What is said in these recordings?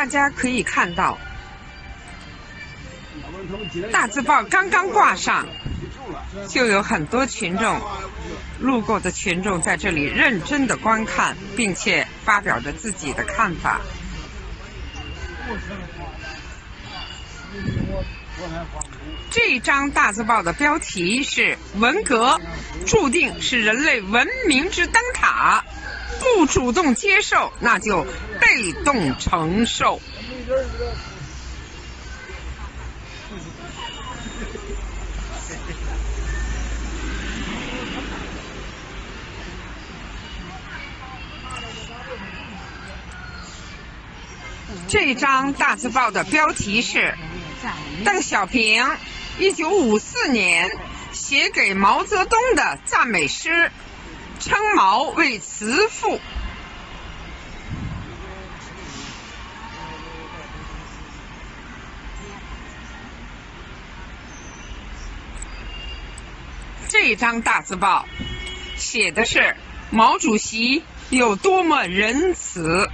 家可以看到，大字报刚刚挂上，就有很多群众，路过的群众在这里认真的观看，并且发表着自己的看法。这张大字报的标题是“文革注定是人类文明之灯塔，不主动接受，那就被动承受”。这张大字报的标题是邓小平1954年写给毛泽东的赞美诗，称毛为慈父。这张大字报写的是毛主席有多么仁慈。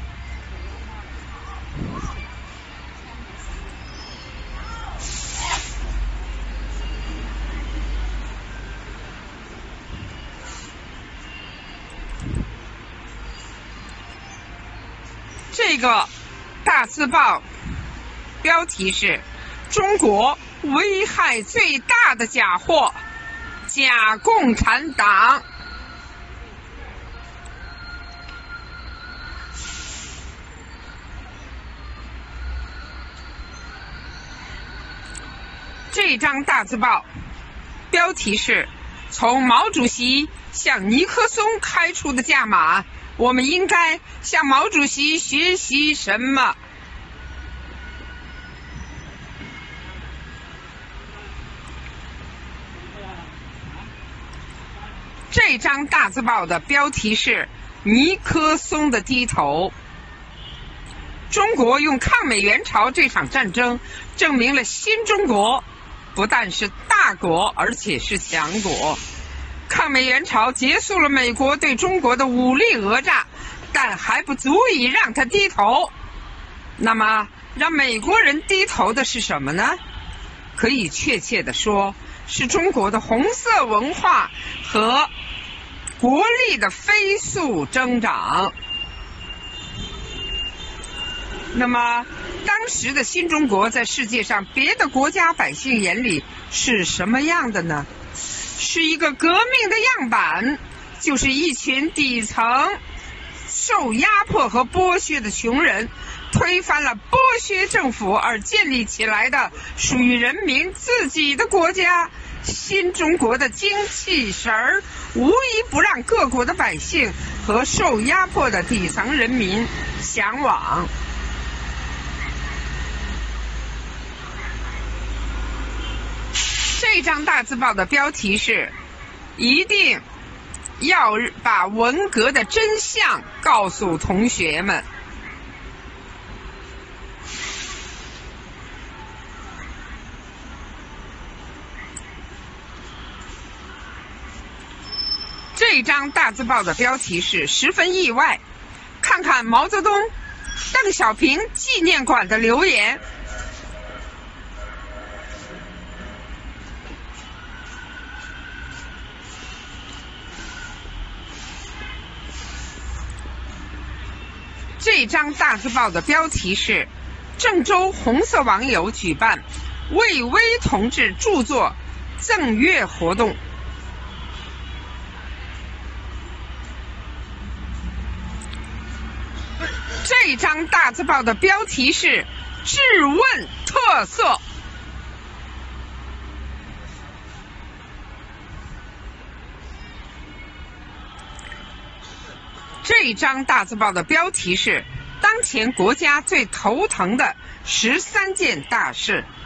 这个大字报标题是“中国危害最大的假货——假共产党”。这张大字报标题是“从毛主席向尼克松开出的价码，我们应该向毛主席学习什么”。这张大字报的标题是“尼克松的低头”。中国用抗美援朝这场战争证明了新中国不但是大国，而且是强国。抗美援朝结束了美国对中国的武力讹诈，但还不足以让他低头。那么让美国人低头的是什么呢？可以确切地说，是中国的红色文化和国力的飞速增长。那么当时的新中国在世界上别的国家百姓眼里是什么样的呢？是一个革命的样板，就是一群底层受压迫和剥削的穷人推翻了剥削政府而建立起来的属于人民自己的国家。新中国的精气神儿无一不让各国的百姓和受压迫的底层人民向往。这张大字报的标题是“一定要把文革的真相告诉同学们”。这张大字报的标题是“十分意外”，看看毛泽东、邓小平纪念馆的留言。这张大字报的标题是“郑州红色网友举办魏巍同志著作赠阅活动”。这张大字报的标题是“质问特色”。这张大字报的标题是“当前国家最头疼的13件大事”。